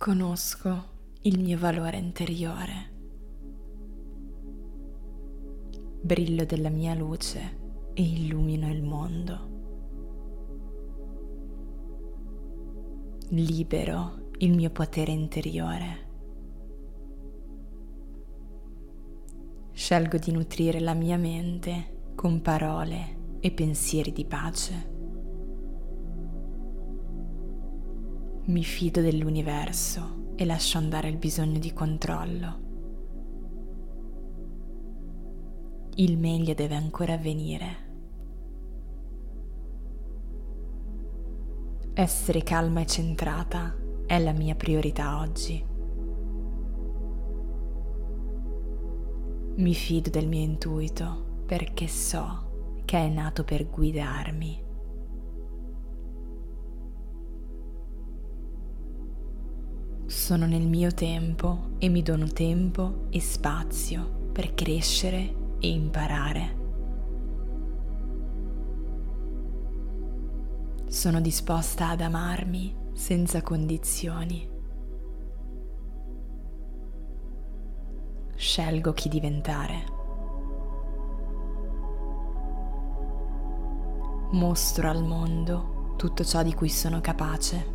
Conosco il mio valore interiore, brillo della mia luce e illumino il mondo. Libero il mio potere interiore. Scelgo di nutrire la mia mente con parole e pensieri di pace. Mi fido dell'universo e lascio andare il bisogno di controllo. Il meglio deve ancora avvenire. Essere calma e centrata è la mia priorità oggi. Mi fido del mio intuito perché so che è nato per guidarmi. Sono nel mio tempo e mi dono tempo e spazio per crescere e imparare. Sono disposta ad amarmi senza condizioni. Scelgo chi diventare. Mostro al mondo tutto ciò di cui sono capace.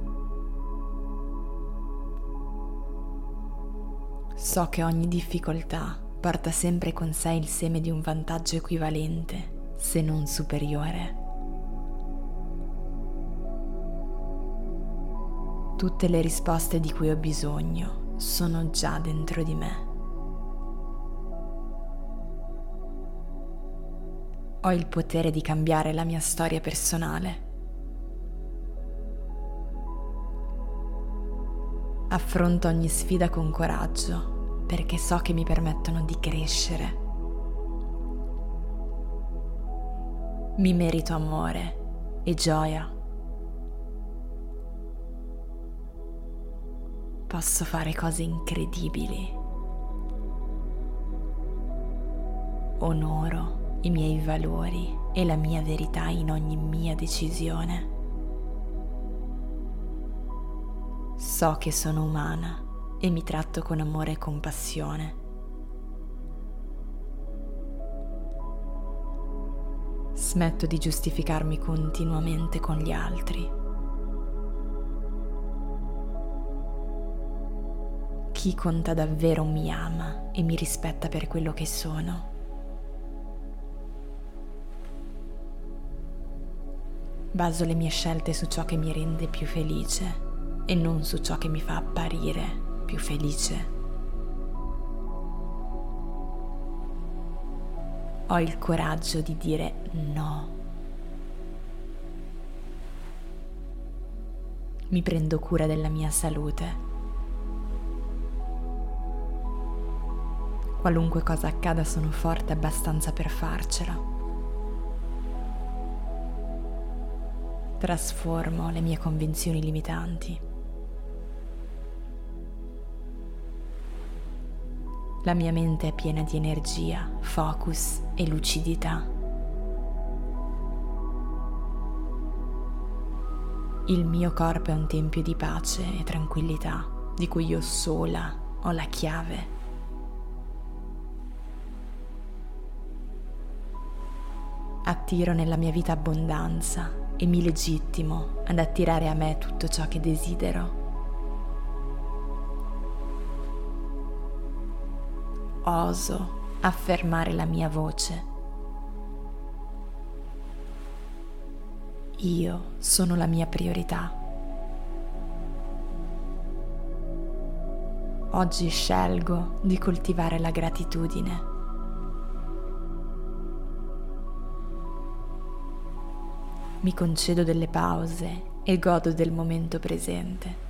So che ogni difficoltà porta sempre con sé il seme di un vantaggio equivalente, se non superiore. Tutte le risposte di cui ho bisogno sono già dentro di me. Ho il potere di cambiare la mia storia personale. Affronto ogni sfida con coraggio perché so che mi permettono di crescere. Mi merito amore e gioia. Posso fare cose incredibili. Onoro i miei valori e la mia verità in ogni mia decisione. So che sono umana e mi tratto con amore e compassione. Smetto di giustificarmi continuamente con gli altri. Chi conta davvero mi ama e mi rispetta per quello che sono. Baso le mie scelte su ciò che mi rende più felice e non su ciò che mi fa apparire più felice. Ho il coraggio di dire no. Mi prendo cura della mia salute. Qualunque cosa accada sono forte abbastanza per farcela. Trasformo le mie convinzioni limitanti. La mia mente è piena di energia, focus e lucidità. Il mio corpo è un tempio di pace e tranquillità, di cui io sola ho la chiave. Attiro nella mia vita abbondanza e mi legittimo ad attirare a me tutto ciò che desidero. Oso affermare la mia voce. Io sono la mia priorità. Oggi scelgo di coltivare la gratitudine. Mi concedo delle pause e godo del momento presente.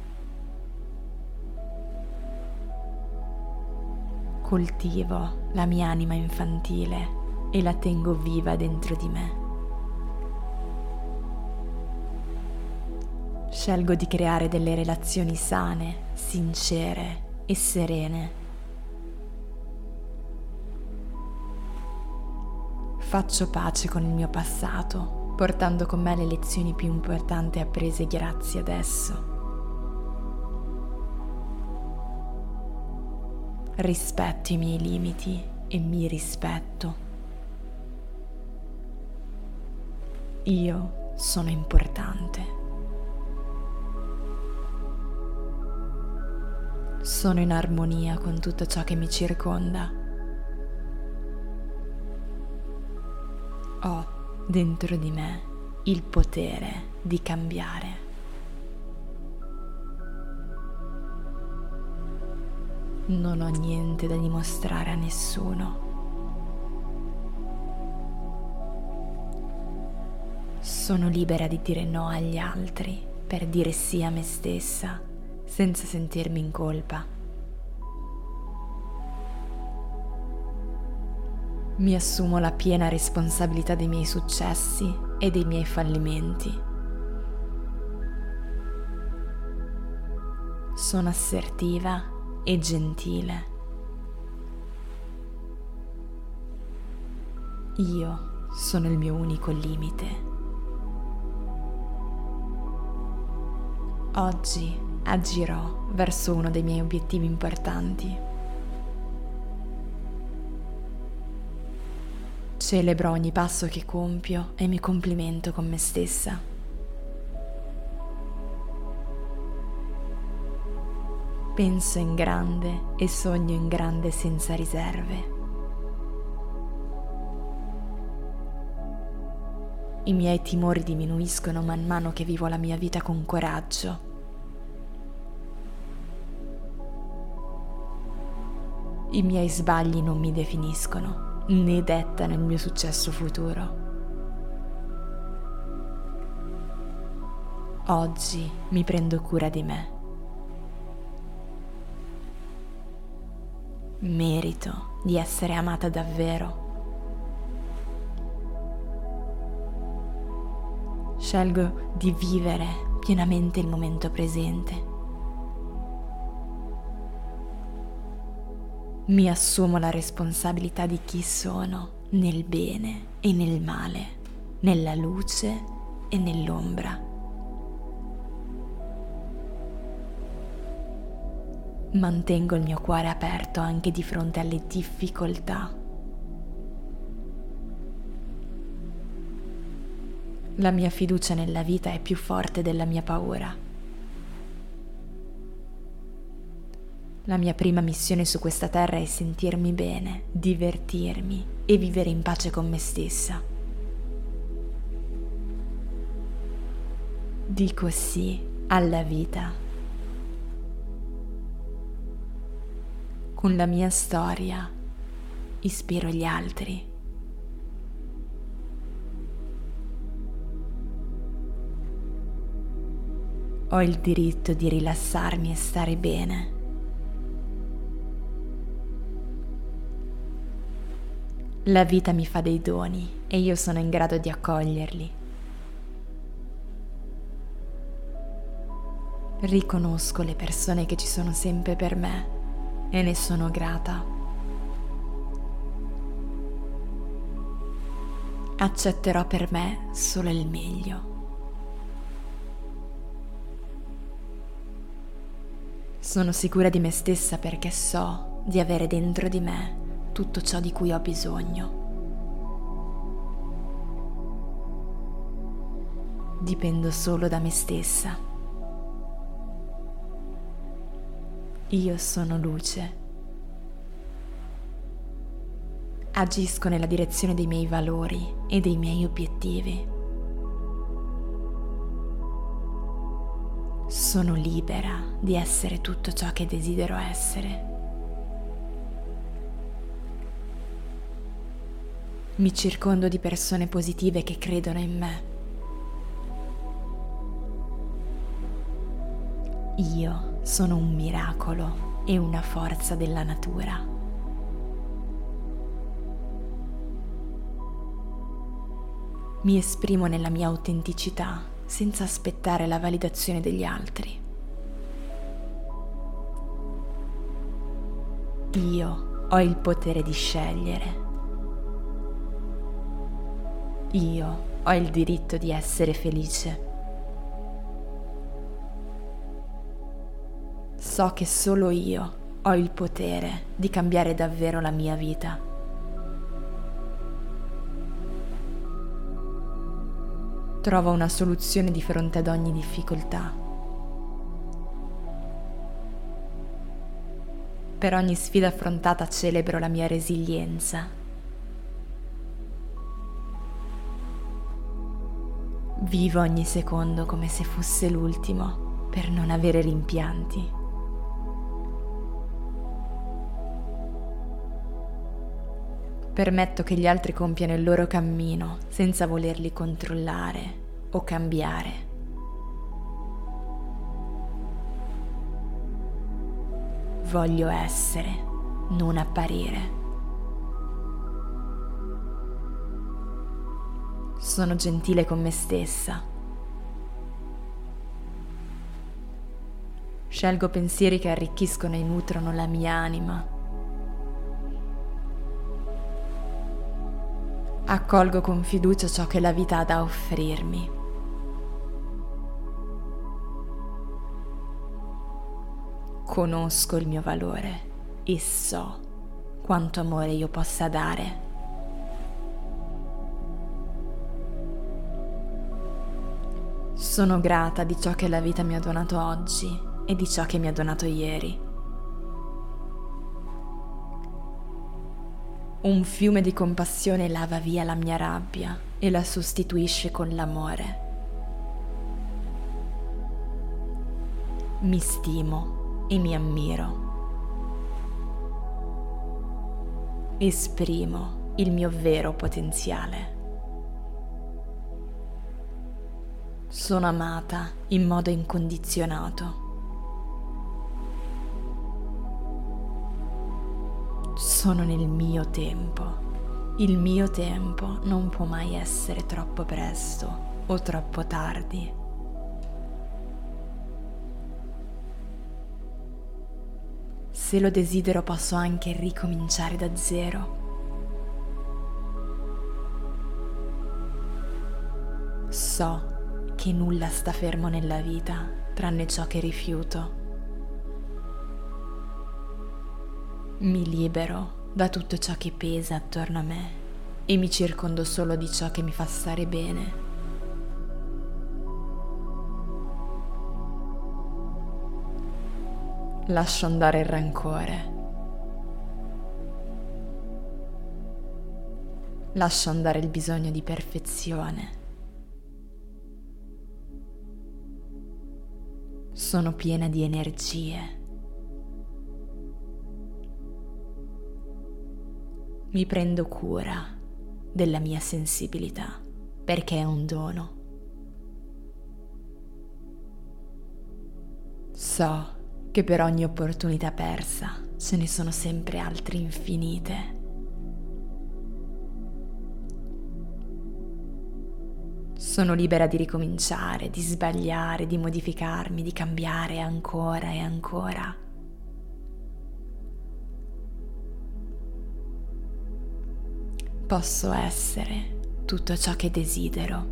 Coltivo la mia anima infantile e la tengo viva dentro di me. Scelgo di creare delle relazioni sane, sincere e serene. Faccio pace con il mio passato, portando con me le lezioni più importanti apprese grazie ad esso. rispetto i miei limiti e mi rispetto. Io sono importante. Sono in armonia con tutto ciò che mi circonda. Ho dentro di me il potere di cambiare. Non ho niente da dimostrare a nessuno. Sono libera di dire no agli altri per dire sì a me stessa, senza sentirmi in colpa. Mi assumo la piena responsabilità dei miei successi e dei miei fallimenti. Sono assertiva e gentile. Io sono il mio unico limite. Oggi agirò verso uno dei miei obiettivi importanti. Celebro ogni passo che compio e mi complimento con me stessa. Penso in grande e sogno in grande senza riserve. I miei timori diminuiscono man mano che vivo la mia vita con coraggio. I miei sbagli non mi definiscono, né dettano il mio successo futuro. Oggi mi prendo cura di me. Merito di essere amata davvero. Scelgo di vivere pienamente il momento presente. Mi assumo la responsabilità di chi sono, nel bene e nel male, nella luce e nell'ombra. Mantengo il mio cuore aperto anche di fronte alle difficoltà. La mia fiducia nella vita è più forte della mia paura. La mia prima missione su questa terra è sentirmi bene, divertirmi e vivere in pace con me stessa. Dico sì alla vita. Con la mia storia ispiro gli altri. Ho il diritto di rilassarmi e stare bene. La vita mi fa dei doni e io sono in grado di accoglierli. Riconosco le persone che ci sono sempre per me e ne sono grata. Accetterò per me solo il meglio. Sono sicura di me stessa perché so di avere dentro di me tutto ciò di cui ho bisogno. Dipendo solo da me stessa. Io sono luce. Agisco nella direzione dei miei valori e dei miei obiettivi. Sono libera di essere tutto ciò che desidero essere. Mi circondo di persone positive che credono in me. Io sono un miracolo e una forza della natura. Mi esprimo nella mia autenticità senza aspettare la validazione degli altri. Io ho il potere di scegliere. Io ho il diritto di essere felice. So che solo io Ho il potere di cambiare davvero la mia vita. Trovo una soluzione di fronte ad ogni difficoltà. Per ogni sfida affrontata celebro la mia resilienza. Vivo ogni secondo come se fosse l'ultimo, per non avere rimpianti. Permetto che gli altri compiano il loro cammino senza volerli controllare o cambiare. Voglio essere, non apparire. Sono gentile con me stessa. Scelgo pensieri che arricchiscono e nutrono la mia anima. Accolgo con fiducia ciò che la vita ha da offrirmi. Conosco il mio valore e so quanto amore io possa dare. Sono grata di ciò che la vita mi ha donato oggi e di ciò che mi ha donato ieri. Un fiume di compassione lava via la mia rabbia e la sostituisce con l'amore. Mi stimo e mi ammiro. Esprimo il mio vero potenziale. Sono amata in modo incondizionato. Sono nel mio tempo. Il mio tempo non può mai essere troppo presto o troppo tardi. Se lo desidero posso anche ricominciare da zero. So che nulla sta fermo nella vita tranne ciò che rifiuto. Mi libero da tutto ciò che pesa attorno a me e mi circondo solo di ciò che mi fa stare bene. Lascio andare il rancore. Lascio andare il bisogno di perfezione. Sono piena di energie. Mi prendo cura della mia sensibilità, perché è un dono. So che per ogni opportunità persa ce ne sono sempre altre infinite. Sono libera di ricominciare, di sbagliare, di modificarmi, di cambiare ancora e ancora. Posso essere tutto ciò che desidero.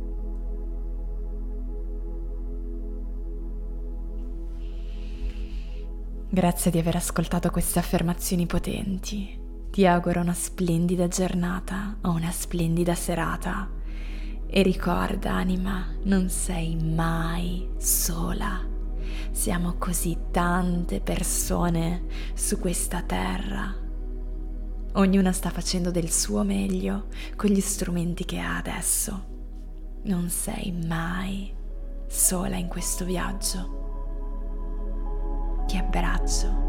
Grazie di aver ascoltato queste affermazioni potenti. Ti auguro una splendida giornata o una splendida serata. E ricorda, anima, non sei mai sola. Siamo così tante persone su questa terra. Ognuna sta facendo del suo meglio con gli strumenti che ha adesso. Non sei mai sola in questo viaggio. Ti abbraccio.